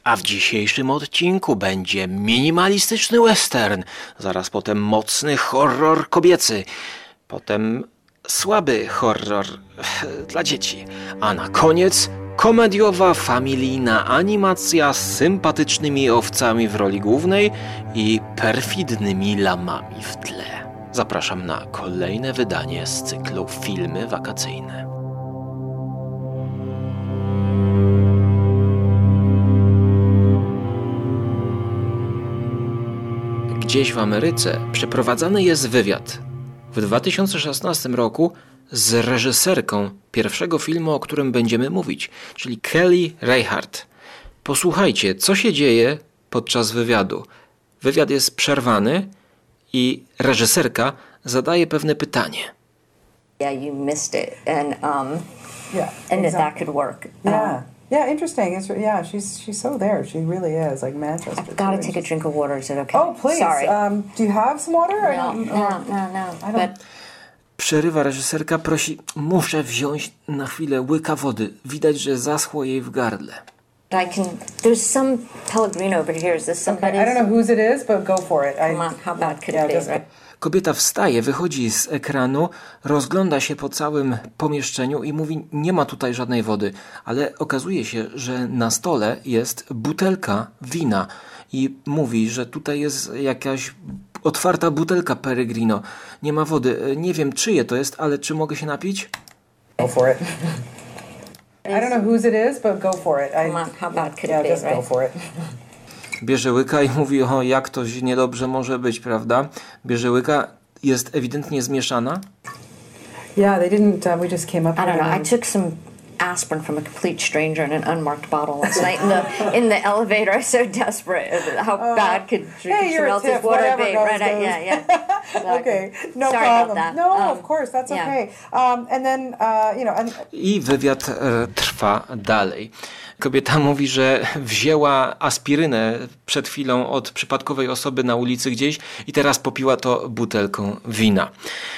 A w dzisiejszym odcinku będzie minimalistyczny western, zaraz potem mocny horror kobiecy, potem słaby horror dla dzieci, a na koniec komediowa, familijna animacja z sympatycznymi owcami w roli głównej i perfidnymi lamami w tle. Zapraszam na kolejne wydanie z cyklu Filmy Wakacyjne. Gdzieś w Ameryce przeprowadzany jest wywiad w 2016 roku z reżyserką pierwszego filmu, o którym będziemy mówić, czyli Kelly Reichardt. Posłuchajcie, co się dzieje podczas wywiadu. Wywiad jest przerwany i reżyserka zadaje pewne pytanie. Yeah, you missed it, and exactly. that could work. Yeah, interesting. She's so there. She really is like Manchester. I've got to take a drink of water. Is it okay? Oh, please. Sorry. Do you have some water? No. But Przerywa reżyserka, prosi, muszę wziąć na chwilę łyka wody. Widać, że zaschło jej w gardle. there's some Pellegrino over here. Is this somebody's? I don't know whose it is, but go for it. Come on, how bad could it be, right? Kobieta wstaje, wychodzi z ekranu, rozgląda się po całym pomieszczeniu i mówi, nie ma tutaj żadnej wody, ale okazuje się, że na stole jest butelka wina i mówi, że tutaj jest jakaś otwarta butelka Pellegrino. Nie ma wody. Nie wiem, czyje to jest, ale czy mogę się napić? Go for it. I don't know whose it is, but go for it. Come on, how bad could it be, just go right? for it. Bierze łyka i mówi, o jak to niedobrze może być, prawda? Bierze łyka, jest ewidentnie zmieszana. Yeah, they didn't. We just came up. I don't know. I took some aspirin from a complete stranger in an unmarked bottle last night in the elevator. I was so desperate. How bad could drinking you're a someone else's tip, water whatever be? goes, Right? goes. Yeah. Exactly. Okay, no Sorry problem. about that. No, of course, that's yeah. okay. And then I wywiad trwa dalej. Kobieta mówi, że wzięła aspirynę przed chwilą od przypadkowej osoby na ulicy gdzieś i teraz popiła to butelką wina.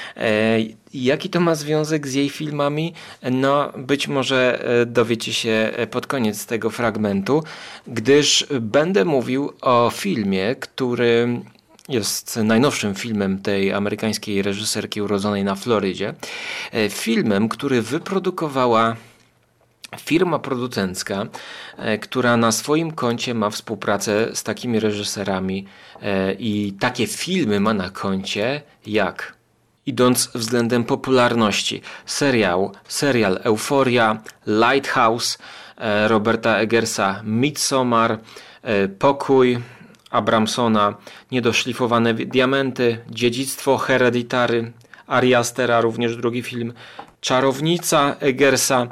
Jaki to ma związek z jej filmami? No, być może dowiecie się pod koniec tego fragmentu, gdyż będę mówił o filmie, który jest najnowszym filmem tej amerykańskiej reżyserki urodzonej na Florydzie. Filmem, który wyprodukowała firma producencka, która na swoim koncie ma współpracę z takimi reżyserami i takie filmy ma na koncie jak, idąc względem popularności, serial Euphoria, Lighthouse, Roberta Eggersa Midsommar, Pokój Abramsona, Niedoszlifowane diamenty, Dziedzictwo Hereditary, Ari Astera, również drugi film, Czarownica Eggersa,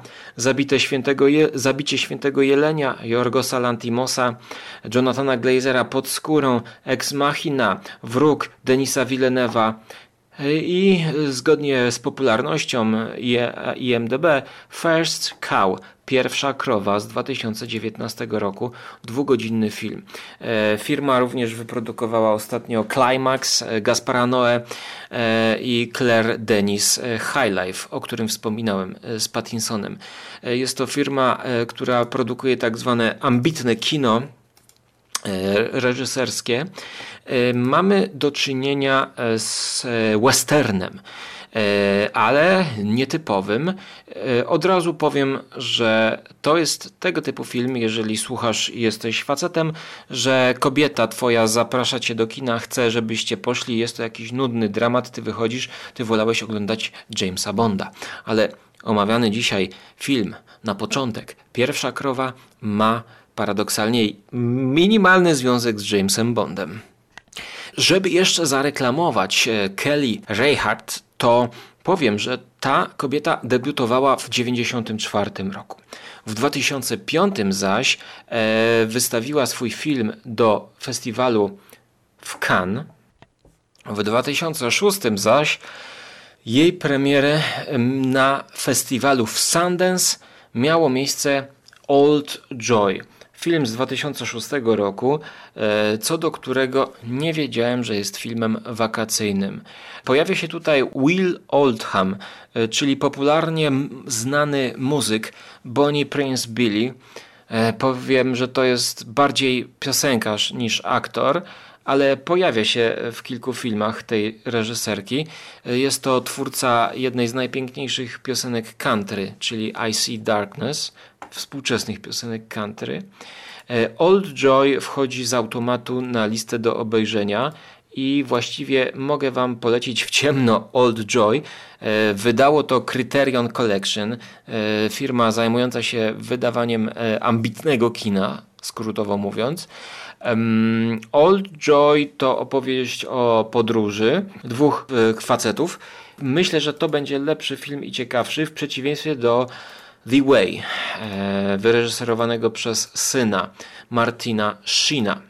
Zabicie Świętego Jelenia, Jorgosa Lantimosa, Jonathana Glazera, Pod skórą, Ex Machina, Wróg Denisa Villeneuve'a i zgodnie z popularnością IMDb First Cow, Pierwsza krowa z 2019 roku, 2-godzinny film. Firma również wyprodukowała ostatnio Climax, Gaspara Noé i Claire Denis High Life, o którym wspominałem, z Pattinsonem. Jest to firma, która produkuje tak zwane ambitne kino reżyserskie. Mamy do czynienia z westernem, ale nietypowym. Od razu powiem, że to jest tego typu film, jeżeli słuchasz i jesteś facetem, że kobieta twoja zaprasza cię do kina, chce, żebyście poszli, jest to jakiś nudny dramat, ty wychodzisz, ty wolałeś oglądać Jamesa Bonda. Ale omawiany dzisiaj film na początek, Pierwsza krowa, ma paradoksalnie minimalny związek z Jamesem Bondem. Żeby jeszcze zareklamować Kelly Reichardt, to powiem, że ta kobieta debiutowała w 1994 roku. W 2005 zaś wystawiła swój film do festiwalu w Cannes. W 2006 zaś jej premierę na festiwalu w Sundance miało miejsce Old Joy. Film z 2006 roku, co do którego nie wiedziałem, że jest filmem wakacyjnym. Pojawia się tutaj Will Oldham, czyli popularnie znany muzyk Bonnie Prince Billy, Powiem, że to jest bardziej piosenkarz niż aktor, ale pojawia się w kilku filmach tej reżyserki. Jest to twórca jednej z najpiękniejszych piosenek country, czyli I See Darkness, współczesnych piosenek country. Old Joy wchodzi z automatu na listę do obejrzenia i właściwie mogę wam polecić w ciemno Old Joy. Wydało to Criterion Collection, firma zajmująca się wydawaniem ambitnego kina, skrótowo mówiąc. Old Joy to opowieść o podróży dwóch facetów. Myślę, że to będzie lepszy film i ciekawszy w przeciwieństwie do The Way, wyreżyserowanego przez syna Martina Sheena.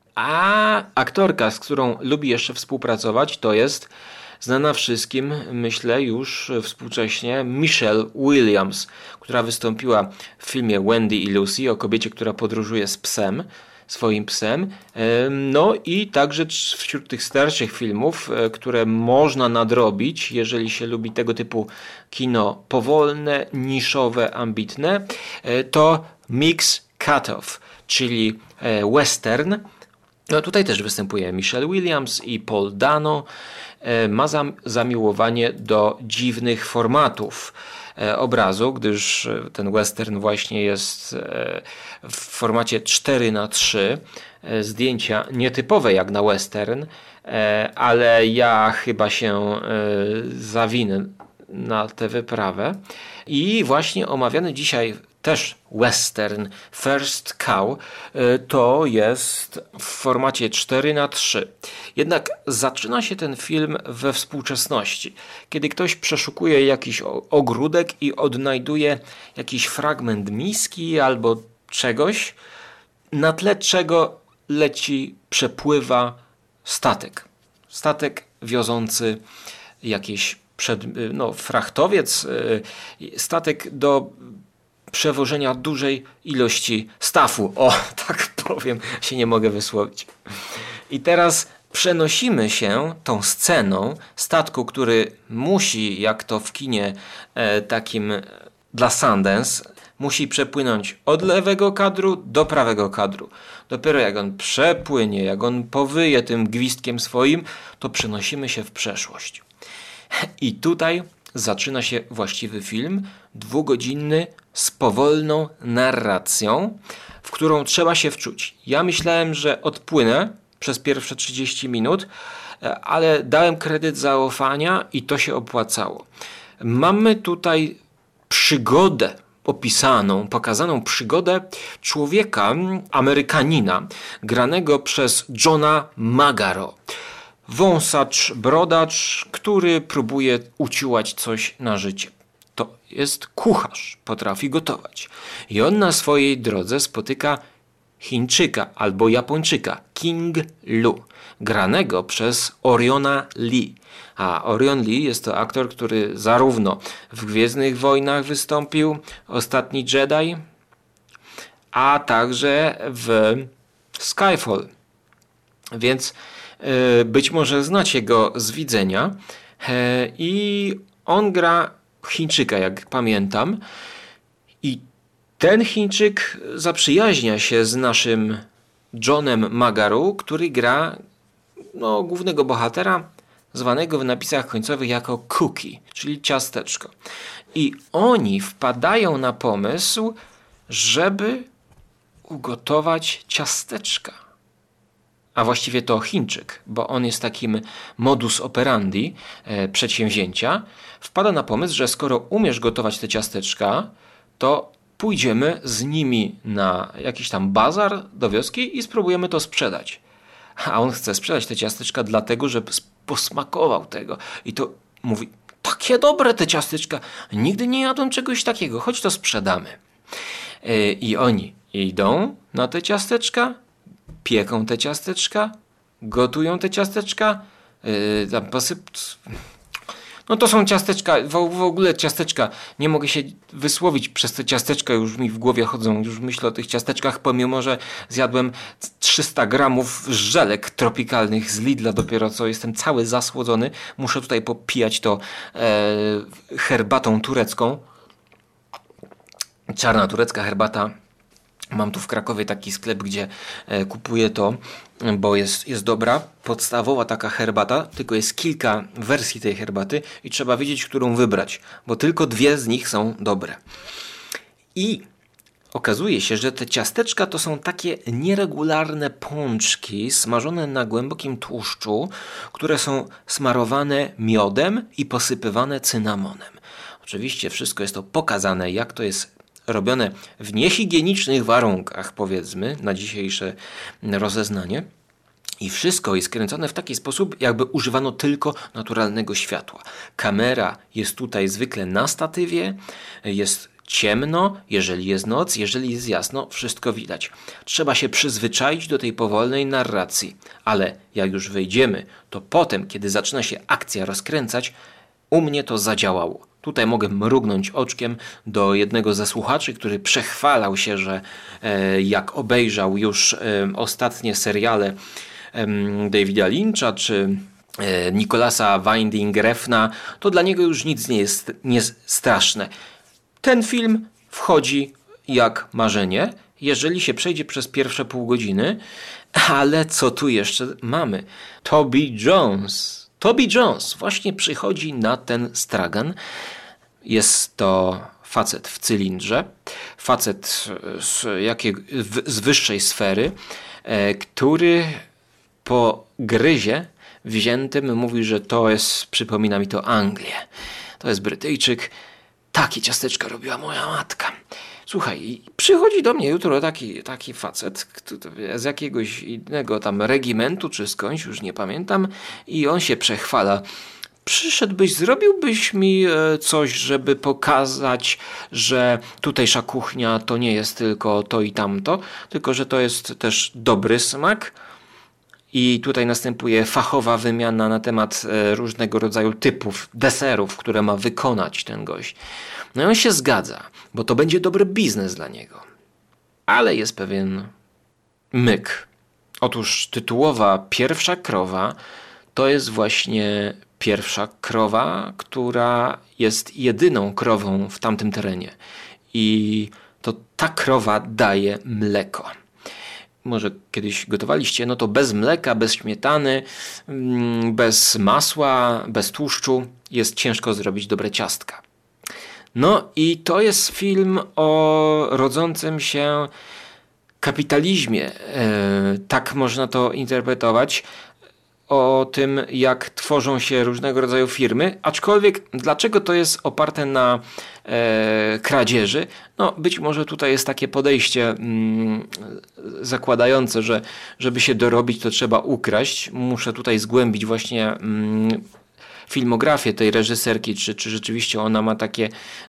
A aktorka, z którą lubi jeszcze współpracować, to jest znana wszystkim, myślę już współcześnie, Michelle Williams, która wystąpiła w filmie Wendy i Lucy o kobiecie, która podróżuje z psem, swoim psem. No i także wśród tych starszych filmów, które można nadrobić, jeżeli się lubi tego typu kino powolne, niszowe, ambitne, to Mix Cutoff, czyli western. No tutaj też występuje Michelle Williams i Paul Dano. Ma zamiłowanie do dziwnych formatów obrazu, gdyż ten western właśnie jest w formacie 4:3. Zdjęcia nietypowe jak na western, ale ja chyba się zawinę na tę wyprawę. I właśnie omawiany dzisiaj też western First Cow to jest w formacie 4:3. Jednak zaczyna się ten film we współczesności, kiedy ktoś przeszukuje jakiś ogródek i odnajduje jakiś fragment miski albo czegoś, na tle czego przepływa statek. Statek wiozący jakieś frachtowiec, statek do przewożenia dużej ilości stafu. O, tak powiem, się nie mogę wysłowić. I teraz przenosimy się tą sceną statku, który musi, jak to w kinie takim dla Sundance, musi przepłynąć od lewego kadru do prawego kadru. Dopiero jak on przepłynie, jak on powyje tym gwizdkiem swoim, to przenosimy się w przeszłość. I tutaj zaczyna się właściwy film, 2-godzinny, z powolną narracją, w którą trzeba się wczuć. Ja myślałem, że odpłynę przez pierwsze 30 minut, ale dałem kredyt zaufania i to się opłacało. Mamy tutaj przygodę pokazaną przygodę człowieka, Amerykanina, granego przez Johna Magaro. Wąsacz, brodacz, który próbuje uciułać coś na życie. To jest kucharz, potrafi gotować. I on na swojej drodze spotyka Chińczyka albo Japończyka, King Lu, granego przez Oriona Lee. A Orion Lee jest to aktor, który zarówno w Gwiezdnych Wojnach wystąpił, Ostatni Jedi, a także w Skyfall. Więc być może znacie go z widzenia. I on gra Chińczyka, jak pamiętam. I ten Chińczyk zaprzyjaźnia się z naszym Johnem Magaru, który gra głównego bohatera, zwanego w napisach końcowych jako cookie, czyli ciasteczko. I oni wpadają na pomysł, żeby ugotować ciasteczka. A właściwie to Chińczyk, bo on jest takim modus operandi przedsięwzięcia. Wpada na pomysł, że skoro umiesz gotować te ciasteczka, to pójdziemy z nimi na jakiś tam bazar do wioski i spróbujemy to sprzedać. A on chce sprzedać te ciasteczka dlatego, żeby posmakował tego. I to mówi, takie dobre te ciasteczka, nigdy nie jadłem czegoś takiego, choć to sprzedamy. I oni idą na te ciasteczka, pieką te ciasteczka, gotują te ciasteczka, no to są ciasteczka, w ogóle ciasteczka, nie mogę się wysłowić przez te ciasteczka, już mi w głowie chodzą, już myślę o tych ciasteczkach, pomimo że zjadłem 300 gramów żelek tropikalnych z Lidla dopiero co, jestem cały zasłodzony, muszę tutaj popijać to herbatą turecką, czarna turecka herbata, Mam tu w Krakowie taki sklep, gdzie kupuję to, bo jest dobra, podstawowa taka herbata, tylko jest kilka wersji tej herbaty i trzeba wiedzieć, którą wybrać, bo tylko 2 z nich są dobre. I okazuje się, że te ciasteczka to są takie nieregularne pączki smażone na głębokim tłuszczu, które są smarowane miodem i posypywane cynamonem. Oczywiście wszystko jest to pokazane, jak to jest robione w niehigienicznych warunkach, powiedzmy, na dzisiejsze rozeznanie. I wszystko jest kręcone w taki sposób, jakby używano tylko naturalnego światła. Kamera jest tutaj zwykle na statywie, jest ciemno, jeżeli jest noc, jeżeli jest jasno, wszystko widać. Trzeba się przyzwyczaić do tej powolnej narracji, ale jak już wejdziemy, to potem, kiedy zaczyna się akcja rozkręcać, u mnie to zadziałało. Tutaj mogę mrugnąć oczkiem do jednego ze słuchaczy, który przechwalał się, że jak obejrzał już ostatnie seriale Davida Lyncha czy Nicolasa Winding Refna, to dla niego już nic nie jest straszne. Ten film wchodzi jak marzenie, jeżeli się przejdzie przez pierwsze pół godziny, ale co tu jeszcze mamy? Toby Jones właśnie przychodzi na ten stragan. Jest to facet w cylindrze, facet z wyższej sfery, który po gryzie wziętym mówi, że to jest, przypomina mi to Anglię. To jest Brytyjczyk. Takie ciasteczka robiła moja matka. Słuchaj, przychodzi do mnie jutro taki facet z jakiegoś innego tam regimentu czy skądś, już nie pamiętam, i on się przechwala. Zrobiłbyś mi coś, żeby pokazać, że tutejsza kuchnia to nie jest tylko to i tamto, tylko że to jest też dobry smak. I tutaj następuje fachowa wymiana na temat różnego rodzaju typów deserów, które ma wykonać ten gość. No i on się zgadza, bo to będzie dobry biznes dla niego. Ale jest pewien myk. Otóż tytułowa pierwsza krowa to jest właśnie pierwsza krowa, która jest jedyną krową w tamtym terenie. I to ta krowa daje mleko. Może kiedyś gotowaliście, no to bez mleka, bez śmietany, bez masła, bez tłuszczu jest ciężko zrobić dobre ciastka. No i to jest film o rodzącym się kapitalizmie, tak można to interpretować, o tym, jak tworzą się różnego rodzaju firmy, aczkolwiek dlaczego to jest oparte na kradzieży? No być może tutaj jest takie podejście zakładające, że żeby się dorobić, to trzeba ukraść. Muszę tutaj zgłębić właśnie filmografię tej reżyserki, czy rzeczywiście ona ma takie...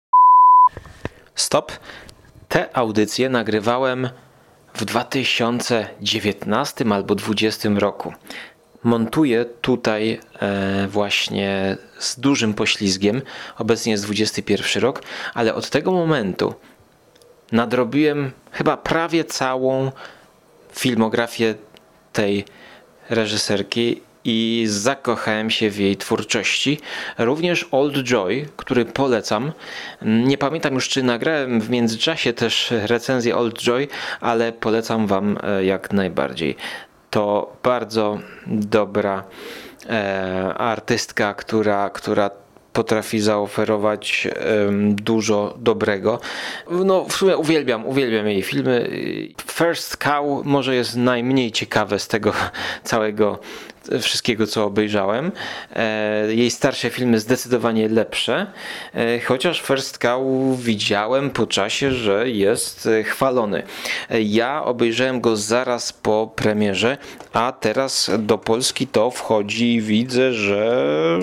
Stop. Te audycje nagrywałem w 2019 albo 2020 roku. Montuję tutaj właśnie z dużym poślizgiem. Obecnie jest 21 rok, ale od tego momentu nadrobiłem chyba prawie całą filmografię tej reżyserki i zakochałem się w jej twórczości. Również Old Joy, który polecam. Nie pamiętam już, czy nagrałem w międzyczasie też recenzję Old Joy, ale polecam wam jak najbardziej. To bardzo dobra artystka, która potrafi zaoferować dużo dobrego. No w sumie uwielbiam jej filmy. First Cow może jest najmniej ciekawe z tego całego wszystkiego, co obejrzałem. Jej starsze filmy zdecydowanie lepsze, chociaż First Cow widziałem po czasie, że jest chwalony. Ja obejrzałem go zaraz po premierze, a teraz do Polski to wchodzi i widzę, że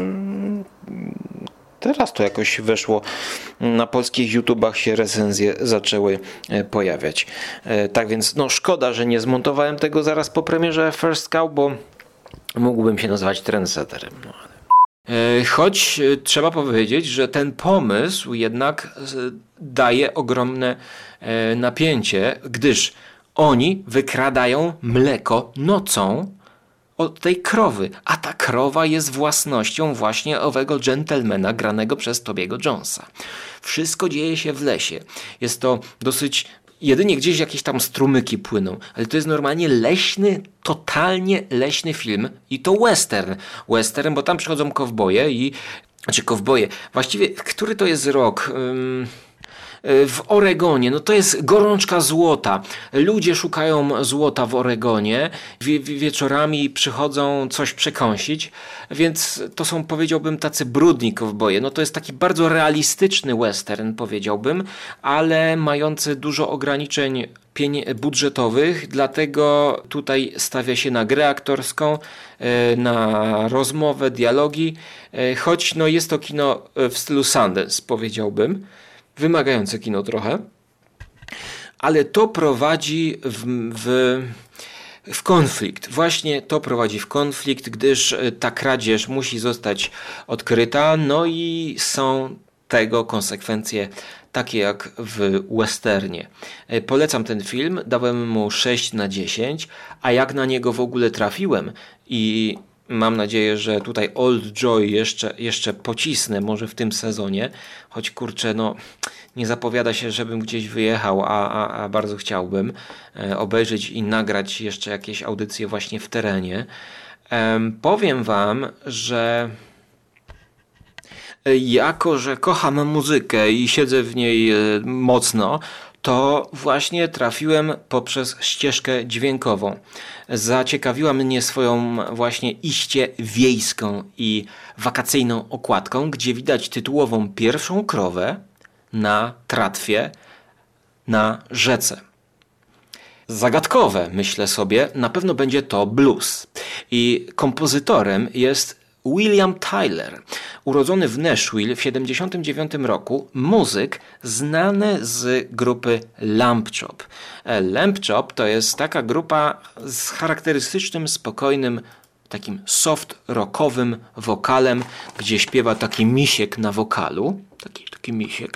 teraz to jakoś weszło. Na polskich YouTubach się recenzje zaczęły pojawiać. Tak więc no szkoda, że nie zmontowałem tego zaraz po premierze First Cow, bo mógłbym się nazywać trendsetterem. No. Choć trzeba powiedzieć, że ten pomysł jednak daje ogromne napięcie, gdyż oni wykradają mleko nocą od tej krowy, a ta krowa jest własnością właśnie owego dżentelmena granego przez Toby'ego Jonesa. Wszystko dzieje się w lesie. Jest to dosyć Jedynie gdzieś jakieś tam strumyki płyną, ale to jest normalnie leśny, totalnie leśny film i to western. Western, bo tam przychodzą kowboje kowboje. Właściwie, który to jest rok? W Oregonie, no to jest gorączka złota. Ludzie szukają złota w Oregonie, wieczorami przychodzą coś przekąsić, więc to są, powiedziałbym, tacy brudni kowboje. No to jest taki bardzo realistyczny western, powiedziałbym, ale mający dużo ograniczeń budżetowych, dlatego tutaj stawia się na grę aktorską, na rozmowę, dialogi, choć no jest to kino w stylu Sundance, powiedziałbym. Wymagające kino trochę, ale to prowadzi w konflikt. Właśnie to prowadzi w konflikt, gdyż ta kradzież musi zostać odkryta, no i są tego konsekwencje takie jak w westernie. Polecam ten film, dałem mu 6/10, a jak na niego w ogóle trafiłem i mam nadzieję, że tutaj Old Joy jeszcze pocisnę może w tym sezonie, choć kurczę, no nie zapowiada się, żebym gdzieś wyjechał, a bardzo chciałbym obejrzeć i nagrać jeszcze jakieś audycje właśnie w terenie. Powiem wam, że jako, że kocham muzykę i siedzę w niej mocno, to właśnie trafiłem poprzez ścieżkę dźwiękową. Zaciekawiła mnie swoją właśnie iście wiejską i wakacyjną okładką, gdzie widać tytułową pierwszą krowę na tratwie na rzece. Zagadkowe, myślę sobie, na pewno będzie to blues. I kompozytorem jest William Tyler, urodzony w Nashville w 1979 roku, muzyk znany z grupy Lamb Chop. Lamb Chop to jest taka grupa z charakterystycznym, spokojnym, takim soft rockowym wokalem, gdzie śpiewa taki misiek na wokalu. Taki misiek.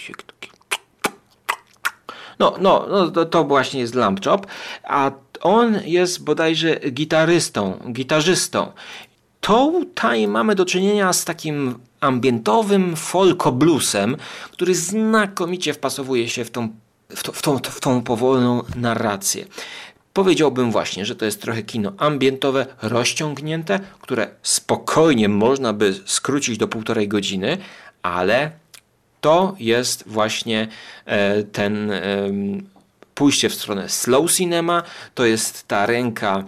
No, to właśnie jest Lamb Chop, a on jest bodajże gitarzystą. Tutaj mamy do czynienia z takim ambientowym folko-bluesem, który znakomicie wpasowuje się w tą powolną narrację. Powiedziałbym właśnie, że to jest trochę kino ambientowe, rozciągnięte, które spokojnie można by skrócić do 1,5 godziny, ale to jest właśnie ten pójście w stronę slow cinema, to jest ta ręka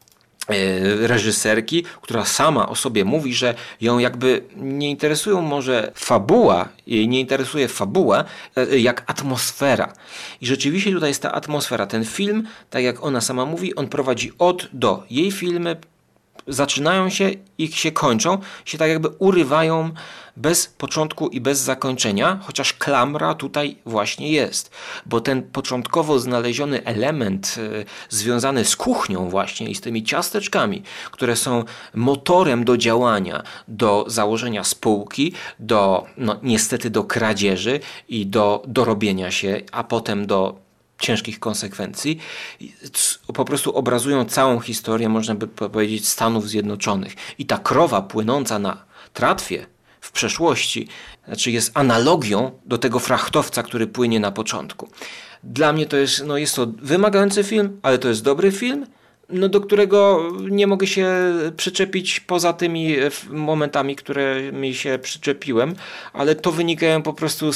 reżyserki, która sama o sobie mówi, że ją jakby nie interesują może fabuła, jej nie interesuje fabuła, jak atmosfera. I rzeczywiście tutaj jest ta atmosfera. Ten film, tak jak ona sama mówi, on prowadzi od do. Jej filmy zaczynają się i się kończą, się tak jakby urywają bez początku i bez zakończenia, chociaż klamra tutaj właśnie jest, bo ten początkowo znaleziony element związany z kuchnią właśnie i z tymi ciasteczkami, które są motorem do działania, do założenia spółki, niestety do kradzieży i do dorobienia się, a potem do ciężkich konsekwencji, po prostu obrazują całą historię, można by powiedzieć, Stanów Zjednoczonych. I ta krowa płynąca na tratwie w przeszłości, jest analogią do tego frachtowca, który płynie na początku. Dla mnie to jest to wymagający film, ale to jest dobry film, do którego nie mogę się przyczepić poza tymi momentami, które mi się przyczepiłem, ale to wynikają po prostu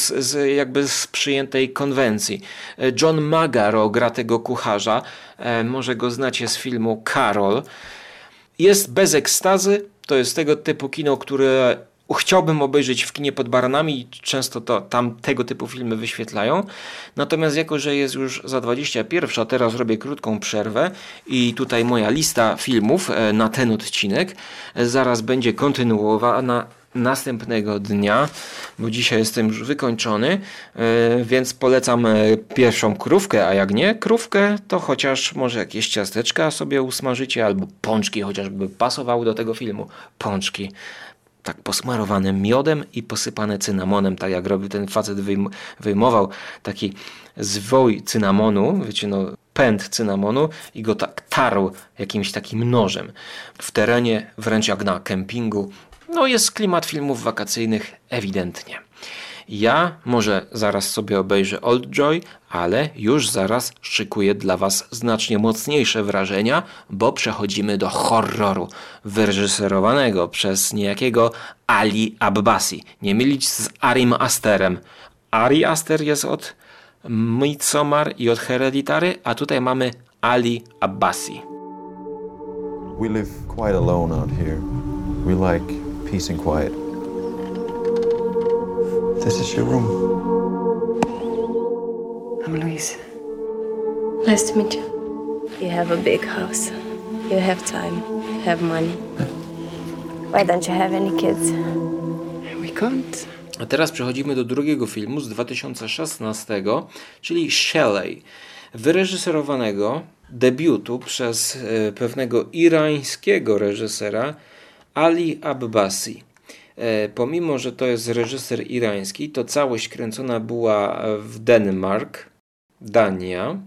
z przyjętej konwencji. John Magaro gra tego kucharza, może go znacie z filmu Carol. Jest bez ekstazy, to jest tego typu kino, które chciałbym obejrzeć w kinie pod baranami i często tam tego typu filmy wyświetlają. Natomiast jako, że jest już za 21, a teraz robię krótką przerwę i tutaj moja lista filmów na ten odcinek zaraz będzie kontynuowana następnego dnia, bo dzisiaj jestem już wykończony, więc polecam pierwszą krówkę, a jak nie krówkę, to chociaż może jakieś ciasteczka sobie usmażycie albo pączki, chociażby pasowały do tego filmu. Pączki tak posmarowane miodem i posypane cynamonem, tak jak robił ten facet, wyjmował taki zwój cynamonu, wiecie, pęd cynamonu i go tak tarł jakimś takim nożem. W terenie, wręcz jak na kempingu, jest klimat filmów wakacyjnych ewidentnie. Ja może zaraz sobie obejrzę Oldjoy, ale już zaraz szykuję dla Was znacznie mocniejsze wrażenia, bo przechodzimy do horroru wyreżyserowanego przez niejakiego Ali Abbasi. Nie mylić z Arim Asterem. Ari Aster jest od Midsommar i od Hereditary, a tutaj mamy Ali Abbasi. We live quite alone out here. We like peace and quiet. This is your room. I'm Louise. Nice to meet you. You have a big house. You have time. You have money. Why don't you have any kids? We can't. A teraz przechodzimy do drugiego filmu z 2016, czyli Shelley, wyreżyserowanego debiutu przez pewnego irańskiego reżysera Ali Abbasi. Pomimo, że to jest reżyser irański, to całość kręcona była w Dania,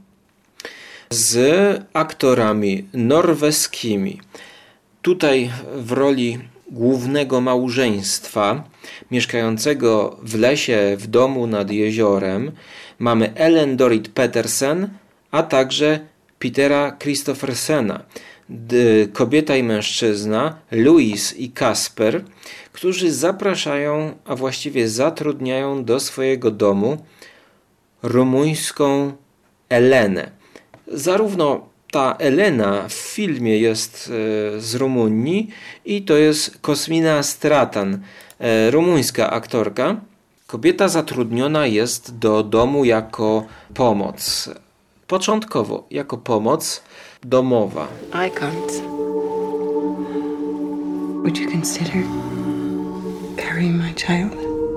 z aktorami norweskimi. Tutaj w roli głównego małżeństwa mieszkającego w lesie w domu nad jeziorem mamy Ellen Dorrit Petersen, a także Petera Kristoffersena, kobieta i mężczyzna, Louise i Kasper, którzy zapraszają, a właściwie zatrudniają do swojego domu rumuńską Elenę. Zarówno ta Elena w filmie jest z Rumunii i to jest Cosmina Stratan, rumuńska aktorka. Kobieta zatrudniona jest do domu jako pomoc. Początkowo jako pomoc domowa. I can't. Would you consider carrying my child?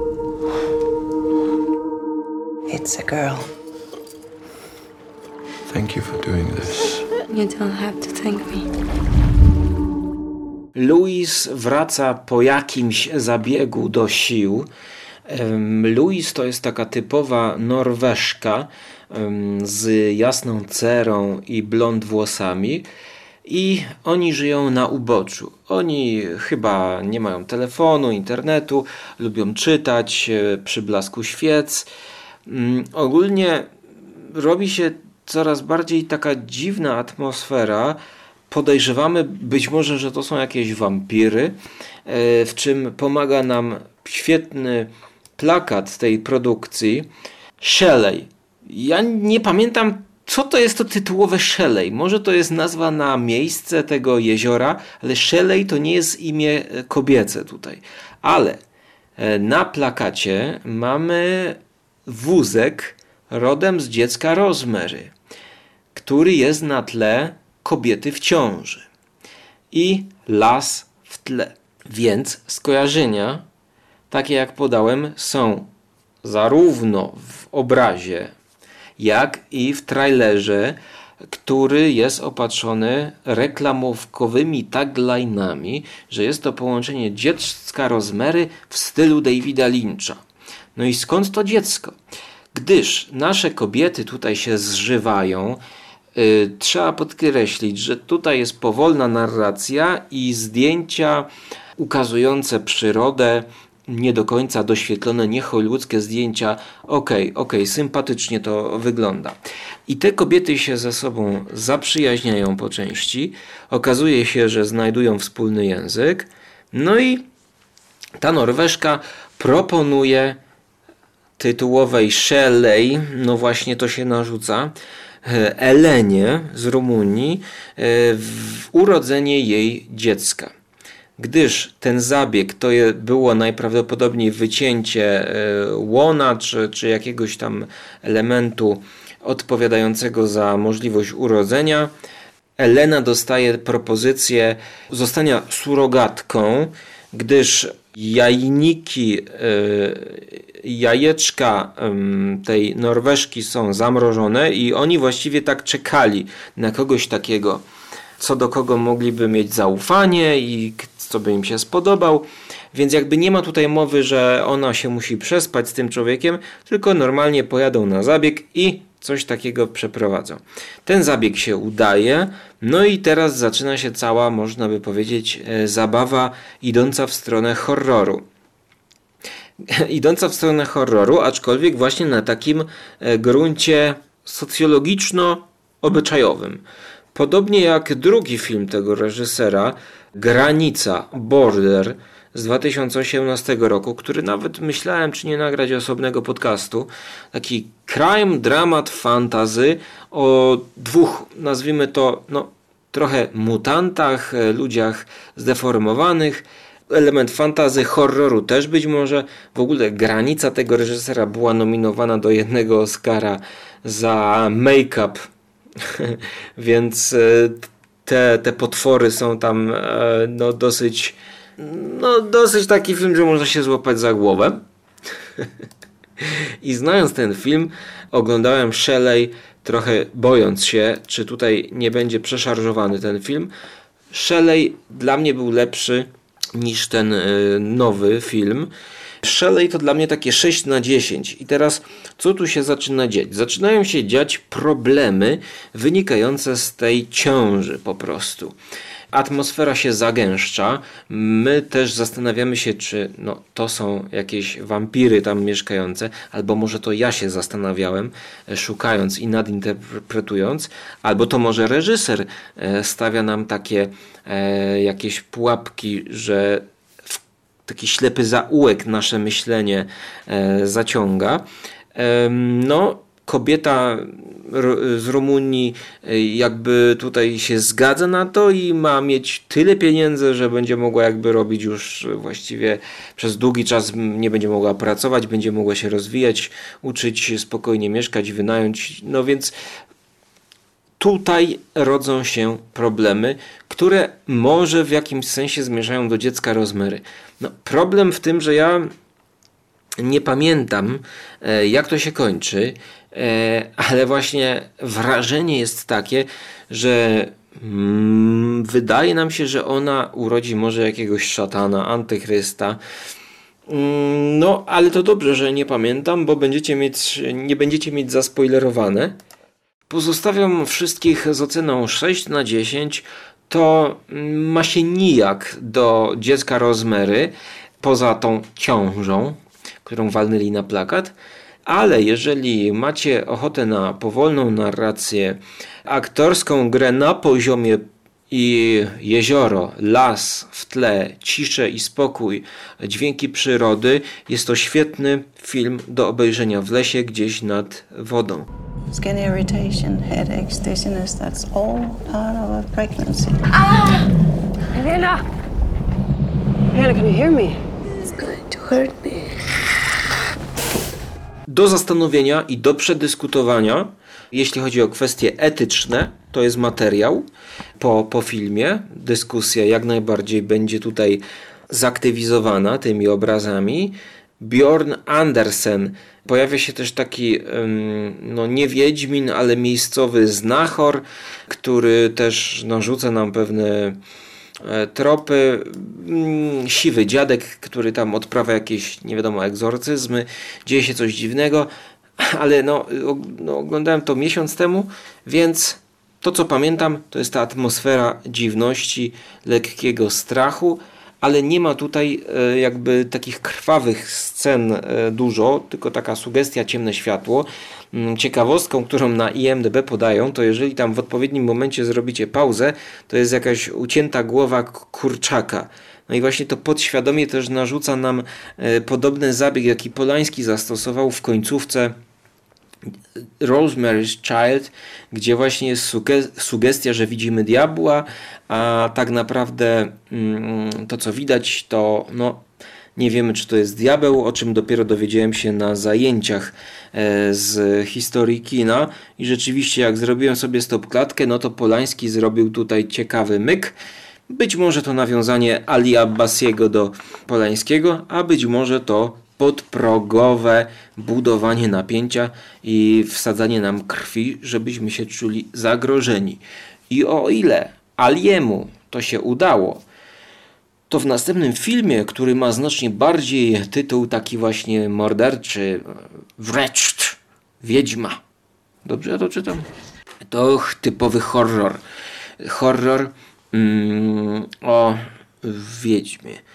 It's a girl. Thank you for doing this. You don't have to thank me. Louise wraca po jakimś zabiegu do sił. Louise to jest taka typowa Norweżka z jasną cerą i blond włosami i oni żyją na uboczu. Oni chyba nie mają telefonu, internetu, lubią czytać przy blasku świec. Ogólnie robi się coraz bardziej taka dziwna atmosfera. Podejrzewamy być może, że to są jakieś wampiry, w czym pomaga nam świetny plakat tej produkcji. Shelley. Ja nie pamiętam, co to jest to tytułowe Shelley. Może to jest nazwa na miejsce tego jeziora, ale Shelley to nie jest imię kobiece tutaj. Ale na plakacie mamy wózek rodem z dziecka Rosemary, który jest na tle kobiety w ciąży i las w tle. Więc skojarzenia, takie jak podałem, są zarówno w obrazie, jak i w trailerze, który jest opatrzony reklamówkowymi tagline'ami, że jest to połączenie dziecka Rosemary w stylu Davida Lyncha. No i skąd to dziecko? Gdyż nasze kobiety tutaj się zżywają, trzeba podkreślić, że tutaj jest powolna narracja i zdjęcia ukazujące przyrodę, nie do końca doświetlone, niehollywoodzkie zdjęcia. Okej, sympatycznie to wygląda. I te kobiety się ze sobą zaprzyjaźniają po części. Okazuje się, że znajdują wspólny język. No i ta Norweżka proponuje tytułowej Shelley, no właśnie to się narzuca, Elenie z Rumunii, w urodzenie jej dziecka. Gdyż ten zabieg to było najprawdopodobniej wycięcie łona czy jakiegoś tam elementu odpowiadającego za możliwość urodzenia, Elena dostaje propozycję zostania surogatką, gdyż jajeczka tej Norweżki są zamrożone i oni właściwie tak czekali na kogoś takiego, co do kogo mogliby mieć zaufanie i co by im się spodobał. Więc jakby nie ma tutaj mowy, że ona się musi przespać z tym człowiekiem, tylko normalnie pojadą na zabieg i coś takiego przeprowadzą. Ten zabieg się udaje, no i teraz zaczyna się cała, można by powiedzieć, zabawa idąca w stronę horroru. idąca w stronę horroru, aczkolwiek właśnie na takim gruncie socjologiczno-obyczajowym. Podobnie jak drugi film tego reżysera, Granica, Border, z 2018 roku, który nawet myślałem, czy nie nagrać osobnego podcastu. Taki crime, dramat, fantasy o dwóch, nazwijmy to, trochę mutantach, ludziach zdeformowanych. Element fantasy, horroru też być może. W ogóle Granica tego reżysera była nominowana do jednego Oscara za make-up. Więc te potwory są tam dosyć taki film, że można się złapać za głowę. I znając ten film, oglądałem Shelley, trochę bojąc się, czy tutaj nie będzie przeszarżowany ten film. Shelley dla mnie był lepszy niż ten nowy film. Shelley to dla mnie takie 6/10. I teraz co tu się zaczyna dziać? Zaczynają się dziać problemy wynikające z tej ciąży po prostu. Atmosfera się zagęszcza. My też zastanawiamy się, czy to są jakieś wampiry tam mieszkające, albo może to ja się zastanawiałem, szukając i nadinterpretując, albo to może reżyser stawia nam takie jakieś pułapki, że taki ślepy zaułek nasze myślenie zaciąga. Kobieta z Rumunii jakby tutaj się zgadza na to i ma mieć tyle pieniędzy, że będzie mogła jakby robić już właściwie przez długi czas, nie będzie mogła pracować, będzie mogła się rozwijać, uczyć, spokojnie mieszkać, wynająć. Więc tutaj rodzą się problemy, które może w jakimś sensie zmierzają do dziecka Rosemary. Problem w tym, że ja nie pamiętam, jak to się kończy, ale właśnie wrażenie jest takie, że wydaje nam się, że ona urodzi może jakiegoś szatana, antychrysta. Ale to dobrze, że nie pamiętam, bo nie będziecie mieć zaspoilerowane. Pozostawiam wszystkich z oceną 6/10. To ma się nijak do dziecka Rosemary, poza tą ciążą, którą walnęli na plakat. Ale jeżeli macie ochotę na powolną narrację, aktorską grę na poziomie i jezioro, las w tle, ciszę i spokój, dźwięki przyrody, jest to świetny film do obejrzenia w lesie gdzieś nad wodą. Skin irritation, headaches, dizziness, that's all part of a pregnancy. Helena! Helena, can you hear me? It's going to hurt me. Do zastanowienia i do przedyskutowania, jeśli chodzi o kwestie etyczne, to jest materiał po filmie. Dyskusja jak najbardziej będzie tutaj zaktywizowana tymi obrazami. Bjorn Andersen. Pojawia się też taki nie wiedźmin, ale miejscowy znachor, który też rzuca nam pewne tropy. Siwy dziadek, który tam odprawia jakieś nie wiadomo egzorcyzmy. Dzieje się coś dziwnego, ale oglądałem to miesiąc temu, więc to co pamiętam to jest ta atmosfera dziwności, lekkiego strachu, ale nie ma tutaj jakby takich krwawych scen dużo, tylko taka sugestia, ciemne światło. Ciekawostką, którą na IMDb podają, to jeżeli tam w odpowiednim momencie zrobicie pauzę, to jest jakaś ucięta głowa kurczaka. I właśnie to podświadomie też narzuca nam podobny zabieg, jaki Polański zastosował w końcówce Rosemary's Child, gdzie właśnie jest sugestia, że widzimy diabła, a tak naprawdę to co widać to nie wiemy, czy to jest diabeł, o czym dopiero dowiedziałem się na zajęciach z historii kina i rzeczywiście jak zrobiłem sobie stopklatkę, to Polański zrobił tutaj ciekawy myk. Być może to nawiązanie Ali Abbasiego do Polańskiego, a być może to podprogowe budowanie napięcia i wsadzanie nam krwi, żebyśmy się czuli zagrożeni. I o ile Aliemu to się udało, to w następnym filmie, który ma znacznie bardziej tytuł taki właśnie morderczy, Wretched, Wiedźma. Dobrze ja to czytam? To typowy horror. Horror o wiedźmie.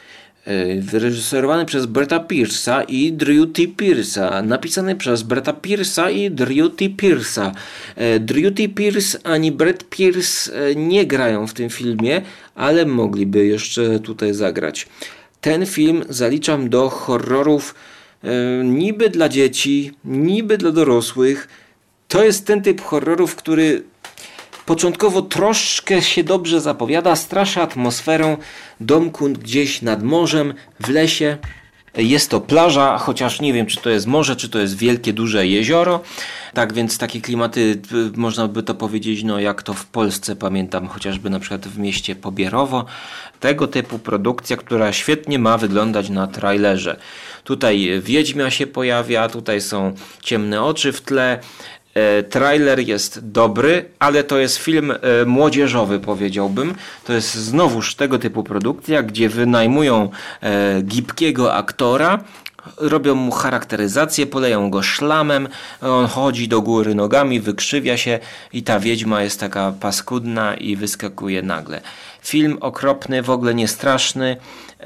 wyreżyserowany przez Bretta Pearsa i Drew T. Pearsa, napisany przez Bretta Pearsa i Drew T. Pearsa. Drew T. Pearce ani Brett Pearce nie grają w tym filmie, ale mogliby jeszcze tutaj zagrać. Ten film zaliczam do horrorów niby dla dzieci, niby dla dorosłych. To jest ten typ horrorów, który początkowo troszkę się dobrze zapowiada, straszy atmosferą domku gdzieś nad morzem, w lesie. Jest to plaża, chociaż nie wiem, czy to jest morze, czy to jest wielkie, duże jezioro. Tak więc takie klimaty, można by to powiedzieć, no jak to w Polsce pamiętam, chociażby na przykład w mieście Pobierowo. Tego typu produkcja, która świetnie ma wyglądać na trailerze. Tutaj wiedźmia się pojawia, tutaj są ciemne oczy w tle. Trailer jest dobry, ale to jest film młodzieżowy, powiedziałbym. To jest znowuż tego typu produkcja, gdzie wynajmują gibkiego aktora, robią mu charakteryzację, poleją go szlamem, on chodzi do góry nogami, wykrzywia się i ta wiedźma jest taka paskudna i wyskakuje nagle. Film okropny, w ogóle nie straszny.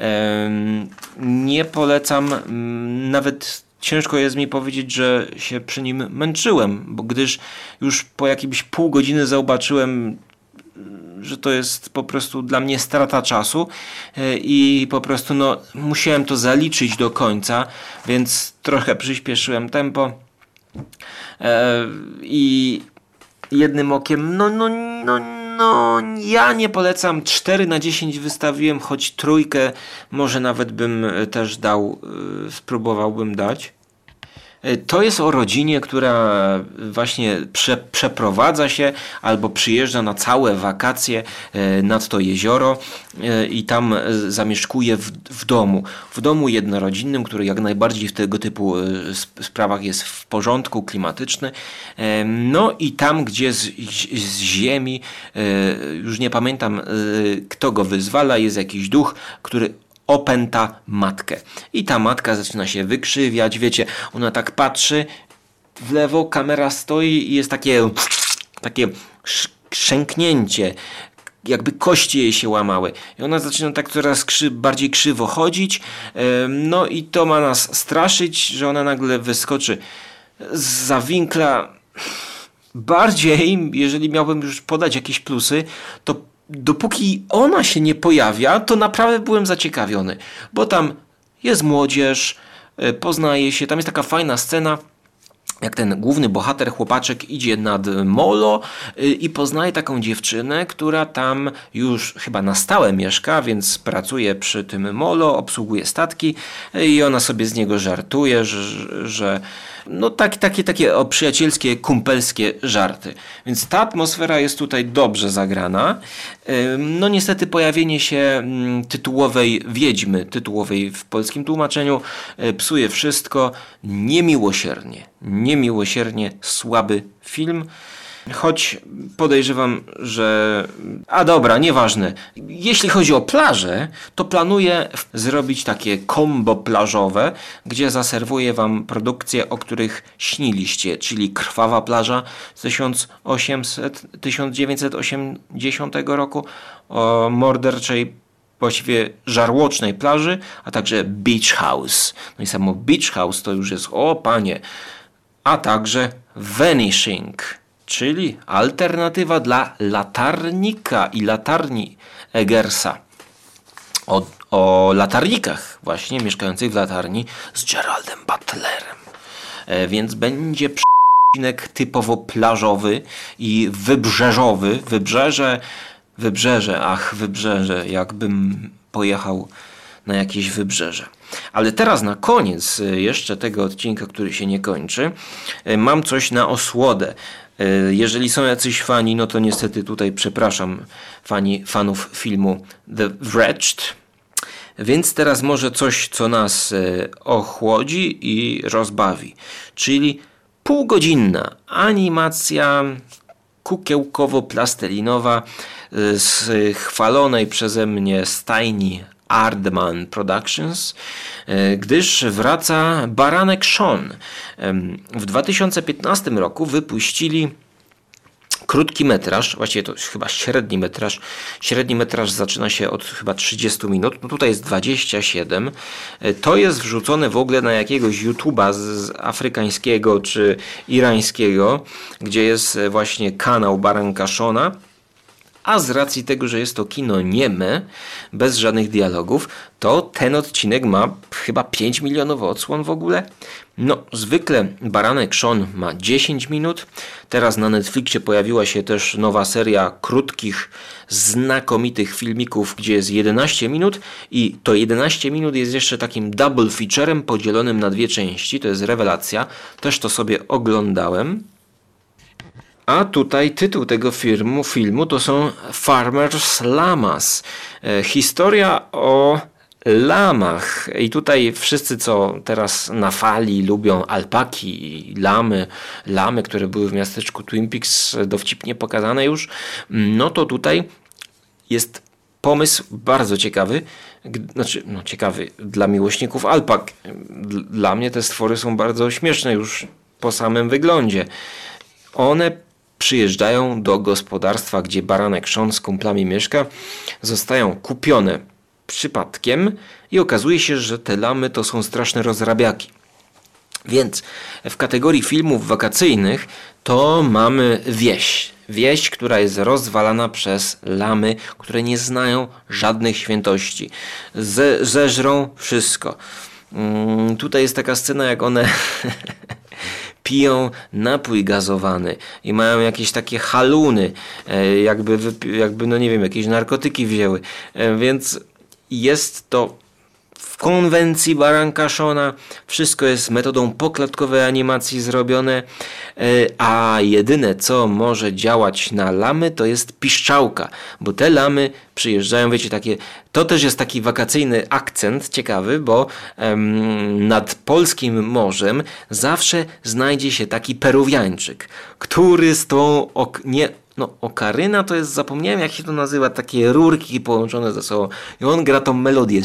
Nie polecam, nawet ciężko jest mi powiedzieć, że się przy nim męczyłem, bo gdyż już po jakimś pół godziny zobaczyłem, że to jest po prostu dla mnie strata czasu i po prostu musiałem to zaliczyć do końca, więc trochę przyspieszyłem tempo i jednym okiem ja nie polecam, 4/10 wystawiłem, choć 3 może nawet bym też dał, spróbowałbym dać. To jest o rodzinie, która właśnie przeprowadza się albo przyjeżdża na całe wakacje nad to jezioro i tam zamieszkuje w domu jednorodzinnym, który jak najbardziej w tego typu sprawach jest w porządku, klimatyczny. No i tam, gdzie z ziemi, już nie pamiętam kto go wyzwala, jest jakiś duch, który opęta matkę. I ta matka zaczyna się wykrzywiać, wiecie, ona tak patrzy w lewo, kamera stoi i jest takie krzęknięcie, jakby kości jej się łamały. I ona zaczyna tak coraz bardziej krzywo chodzić, no i to ma nas straszyć, że ona nagle wyskoczy zza winkla. Bardziej, jeżeli miałbym już podać jakieś plusy, to dopóki ona się nie pojawia, to naprawdę byłem zaciekawiony, bo tam jest młodzież, poznaje się, tam jest taka fajna scena, jak ten główny bohater, chłopaczek, idzie nad molo i poznaje taką dziewczynę, która tam już chyba na stałe mieszka, więc pracuje przy tym molo, obsługuje statki i ona sobie z niego żartuje, że no takie przyjacielskie, kumpelskie żarty. Więc ta atmosfera jest tutaj dobrze zagrana. No niestety pojawienie się tytułowej wiedźmy, tytułowej w polskim tłumaczeniu, psuje wszystko niemiłosiernie słaby film. Choć podejrzewam, że... A dobra, nieważne. Jeśli chodzi o plażę, to planuję zrobić takie combo plażowe, gdzie zaserwuję wam produkcje, o których śniliście, czyli Krwawa plaża z 1980 roku, o morderczej, właściwie żarłocznej plaży, a także Beach House. No i samo Beach House to już jest, o panie, a także Vanishing, czyli alternatywa dla latarnika i latarni Eggersa. O latarnikach właśnie mieszkających w latarni z Geraldem Butlerem. Więc będzie odcinek typowo plażowy i wybrzeżowy. Wybrzeże, jakbym pojechał na jakieś wybrzeże. Ale teraz na koniec jeszcze tego odcinka, który się nie kończy, mam coś na osłodę. Jeżeli są jacyś fani, no to niestety tutaj przepraszam fanów filmu The Wretched. Więc teraz może coś, co nas ochłodzi i rozbawi. Czyli półgodzinna animacja kukiełkowo-plastelinowa z chwalonej przeze mnie stajni Aardman Productions, gdyż wraca Baranek Sean. W 2015 roku wypuścili krótki metraż, właściwie to chyba średni metraż. Średni metraż zaczyna się od chyba 30 minut, no tutaj jest 27. To jest wrzucone w ogóle na jakiegoś YouTube'a z afrykańskiego czy irańskiego, gdzie jest właśnie kanał Baranka Shona. A z racji tego, że jest to kino nieme, bez żadnych dialogów, to ten odcinek ma chyba 5 milionów odsłon w ogóle. No, zwykle Baranek Sean ma 10 minut. Teraz na Netflixie pojawiła się też nowa seria krótkich, znakomitych filmików, gdzie jest 11 minut i to 11 minut jest jeszcze takim double featurem podzielonym na 2 części. To jest rewelacja. Też to sobie oglądałem. A tutaj tytuł tego filmu to są Farmer's Llamas. Historia o lamach. I tutaj wszyscy, co teraz na fali lubią alpaki i lamy, które były w miasteczku Twin Peaks dowcipnie pokazane już, no to tutaj jest pomysł bardzo ciekawy. Ciekawy dla miłośników alpak. Dla mnie te stwory są bardzo śmieszne już po samym wyglądzie. One przyjeżdżają do gospodarstwa, gdzie Baranek Sean z kumplami mieszka, zostają kupione przypadkiem i okazuje się, że te lamy to są straszne rozrabiaki. Więc w kategorii filmów wakacyjnych to mamy wieś, która jest rozwalana przez lamy, które nie znają żadnych świętości. Zeżrą wszystko. Tutaj jest taka scena, jak one piją napój gazowany i mają jakieś takie haluny, jakby no nie wiem, jakieś narkotyki wzięły. Więc jest to w konwencji Baranka Shona. Wszystko jest metodą poklatkowej animacji zrobione, a jedyne co może działać na lamy to jest piszczałka, bo te lamy przyjeżdżają, wiecie, takie, to też jest taki wakacyjny akcent ciekawy, bo nad polskim morzem zawsze znajdzie się taki Peruwiańczyk, który z tą okaryna to jest, zapomniałem jak się to nazywa, takie rurki połączone ze sobą i on gra tą melodię.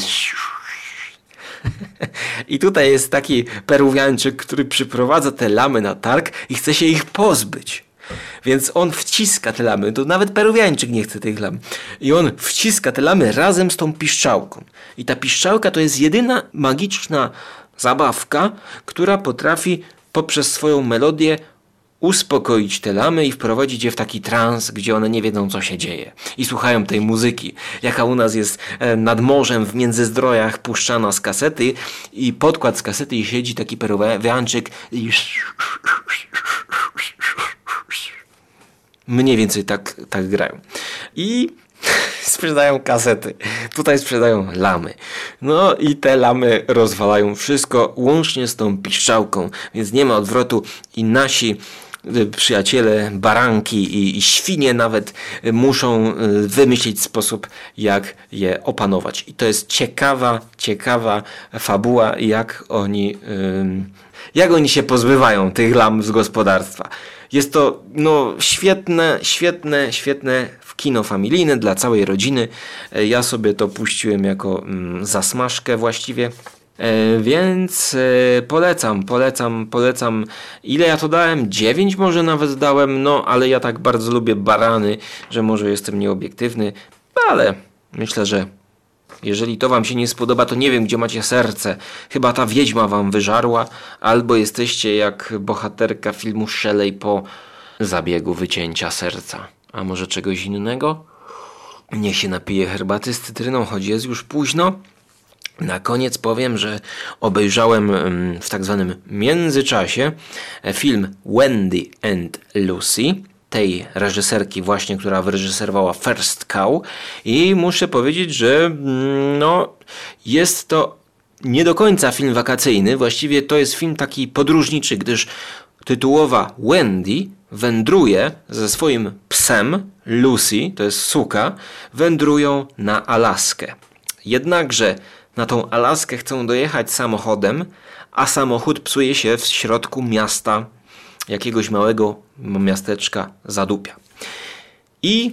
I tutaj jest taki Peruwiańczyk, który przyprowadza te lamy na targ i chce się ich pozbyć. Więc on wciska te lamy, to nawet Peruwiańczyk nie chce tych lam. I on wciska te lamy razem z tą piszczałką. I ta piszczałka to jest jedyna magiczna zabawka, która potrafi poprzez swoją melodię uspokoić te lamy i wprowadzić je w taki trans, gdzie one nie wiedzą, co się dzieje. I słuchają tej muzyki, jaka u nas jest nad morzem w Międzyzdrojach puszczana z kasety i podkład z kasety i siedzi taki Peruwiańczyk i mniej więcej tak grają. I sprzedają kasety. Tutaj sprzedają lamy. No i te lamy rozwalają wszystko, łącznie z tą piszczałką. Więc nie ma odwrotu i nasi przyjaciele, baranki i świnie nawet muszą wymyślić sposób, jak je opanować. I to jest ciekawa fabuła, jak oni się pozbywają tych lam z gospodarstwa. Jest to świetne kino familijne dla całej rodziny. Ja sobie to puściłem jako zasmażkę właściwie. Więc polecam. Ile ja to dałem? 9 może nawet dałem, ale ja tak bardzo lubię barany, że może jestem nieobiektywny, ale myślę, że jeżeli to wam się nie spodoba, to nie wiem, gdzie macie serce. Chyba ta wiedźma wam wyżarła, albo jesteście jak bohaterka filmu Shelley po zabiegu wycięcia serca. A może czegoś innego? Niech się napije herbaty z cytryną, choć jest już późno. Na koniec powiem, że obejrzałem w tak zwanym międzyczasie film Wendy and Lucy, tej reżyserki właśnie, która wyreżyserowała First Cow, i muszę powiedzieć, że jest to nie do końca film wakacyjny, właściwie to jest film taki podróżniczy, gdyż tytułowa Wendy wędruje ze swoim psem Lucy, to jest suka, wędrują na Alaskę. Jednakże na tą Alaskę chcą dojechać samochodem, a samochód psuje się w środku miasta, jakiegoś małego miasteczka Zadupia. I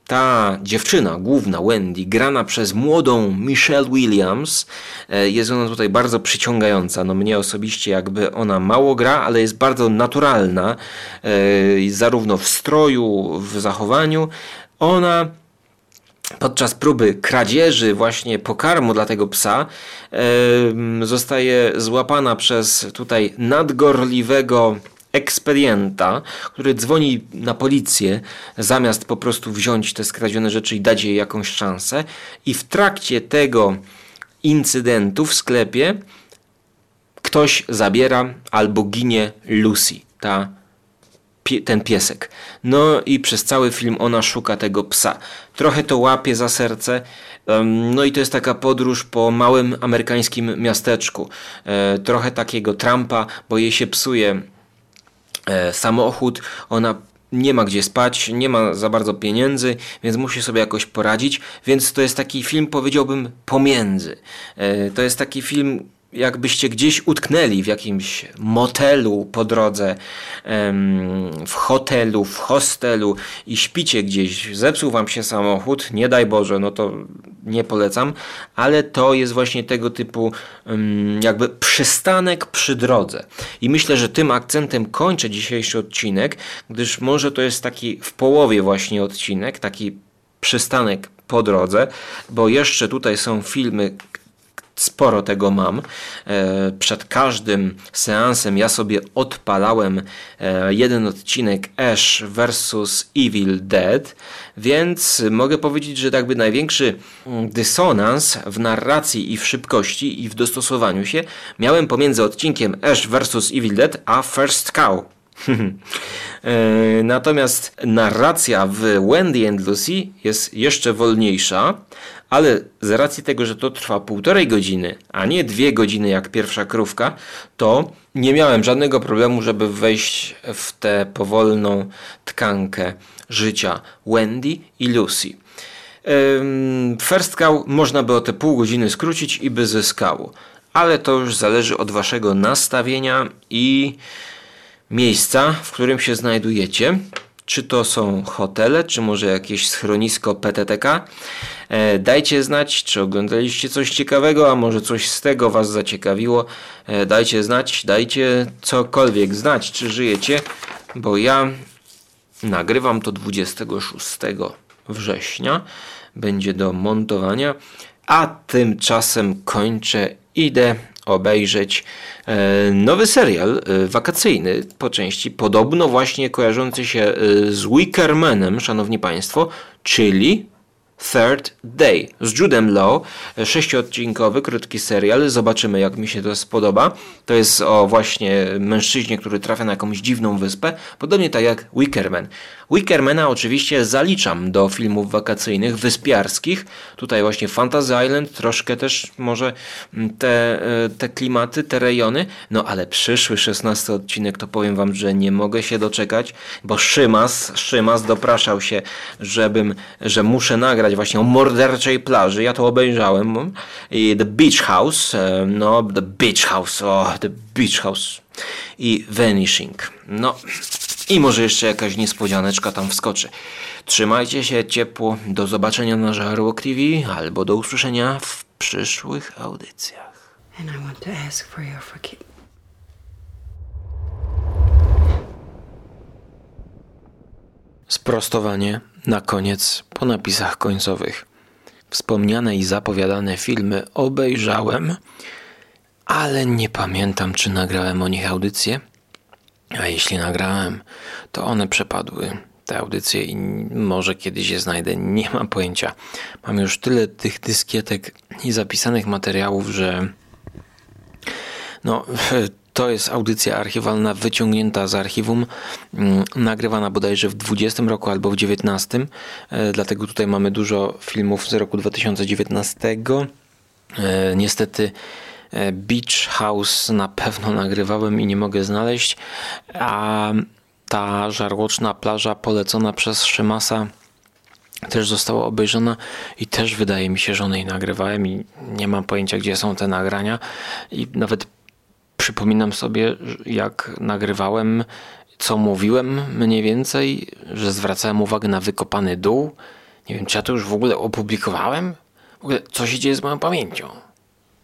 ta dziewczyna główna, Wendy, grana przez młodą Michelle Williams, jest ona tutaj bardzo przyciągająca. No mnie osobiście jakby ona mało gra, ale jest bardzo naturalna, zarówno w stroju, w zachowaniu. Ona podczas próby kradzieży właśnie pokarmu dla tego psa zostaje złapana przez tutaj nadgorliwego ekspedienta, który dzwoni na policję zamiast po prostu wziąć te skradzione rzeczy i dać jej jakąś szansę. I w trakcie tego incydentu w sklepie ktoś zabiera albo ginie Lucy, ten piesek. No i przez cały film ona szuka tego psa. Trochę to łapie za serce. No i to jest taka podróż po małym amerykańskim miasteczku. Trochę takiego Trumpa, bo jej się psuje samochód, ona nie ma gdzie spać, nie ma za bardzo pieniędzy, więc musi sobie jakoś poradzić, więc to jest taki film, powiedziałbym, pomiędzy. To jest taki film, jakbyście gdzieś utknęli w jakimś motelu po drodze, w hotelu, w hostelu i śpicie gdzieś, zepsuł wam się samochód, nie daj Boże, no to nie polecam, ale to jest właśnie tego typu jakby przystanek przy drodze. I myślę, że tym akcentem kończę dzisiejszy odcinek, gdyż może to jest taki w połowie właśnie odcinek, taki przystanek po drodze, bo jeszcze tutaj są filmy, sporo tego mam. Przed każdym seansem ja sobie odpalałem jeden odcinek Ash vs Evil Dead, więc mogę powiedzieć, że jakby największy dysonans w narracji i w szybkości i w dostosowaniu się miałem pomiędzy odcinkiem Ash vs Evil Dead a First Cow. Natomiast narracja w Wendy and Lucy jest jeszcze wolniejsza, ale z racji tego, że to trwa 1,5 godziny, a nie 2 godziny jak pierwsza krówka, to nie miałem żadnego problemu, żeby wejść w tę powolną tkankę życia Wendy i Lucy. First Cow można by o te pół godziny skrócić i by zyskało, ale to już zależy od waszego nastawienia i miejsca, w którym się znajdujecie. Czy to są hotele, czy może jakieś schronisko PTTK. Dajcie znać, czy oglądaliście coś ciekawego, a może coś z tego was zaciekawiło. Dajcie znać, dajcie cokolwiek znać, czy żyjecie, bo ja nagrywam to 26 września. Będzie do montowania, a tymczasem kończę, idę obejrzeć nowy serial wakacyjny po części, podobno właśnie kojarzący się z Wickermanem, szanowni państwo, czyli Third Day z Judem Law, 6-odcinkowy, krótki serial. Zobaczymy, jak mi się to spodoba. To jest o właśnie mężczyźnie, który trafia na jakąś dziwną wyspę, podobnie tak jak Wickerman. Wickermana oczywiście zaliczam do filmów wakacyjnych, wyspiarskich. Tutaj właśnie Fantasy Island, troszkę też może te klimaty, te rejony. No ale przyszły 16 odcinek to powiem wam, że nie mogę się doczekać, bo Szymas dopraszał się, że muszę nagrać właśnie o morderczej plaży. Ja to obejrzałem. I The Beach House. The Beach House. I Vanishing. I może jeszcze jakaś niespodzianeczka tam wskoczy. Trzymajcie się ciepło. Do zobaczenia na Żarłok TV albo do usłyszenia w przyszłych audycjach. And I want to ask for your forgiveness. Sprostowanie na koniec po napisach końcowych. Wspomniane i zapowiadane filmy obejrzałem, ale nie pamiętam, czy nagrałem o nich audycję. A jeśli nagrałem, to one przepadły, te audycje, i może kiedyś je znajdę, nie mam pojęcia. Mam już tyle tych dyskietek i zapisanych materiałów, że to jest audycja archiwalna wyciągnięta z archiwum, nagrywana bodajże w 20 roku albo w 19. Dlatego tutaj mamy dużo filmów z roku 2019. Niestety Beach House na pewno nagrywałem i nie mogę znaleźć, a ta żarłoczna plaża polecona przez Szymasa też została obejrzana i też wydaje mi się, że one nagrywałem i nie mam pojęcia, gdzie są te nagrania, i nawet przypominam sobie, jak nagrywałem, co mówiłem mniej więcej, że zwracałem uwagę na wykopany dół Nie wiem, czy ja to już w ogóle opublikowałem? W ogóle, co się dzieje z moją pamięcią?